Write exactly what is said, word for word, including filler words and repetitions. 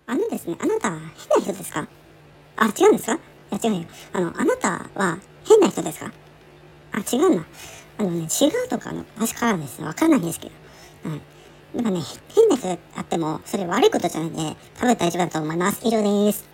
あのですね、あなた、変な人ですか？あ、違うんですか？いや、違うよ。あの、あなたは変な人ですか？あ、違うな。あのね、違うとかの、私からですね、わかんないんですけど。はい。なんかね、変な人であっても、それ悪いことじゃないんで、多分大丈夫だと思います。以上です。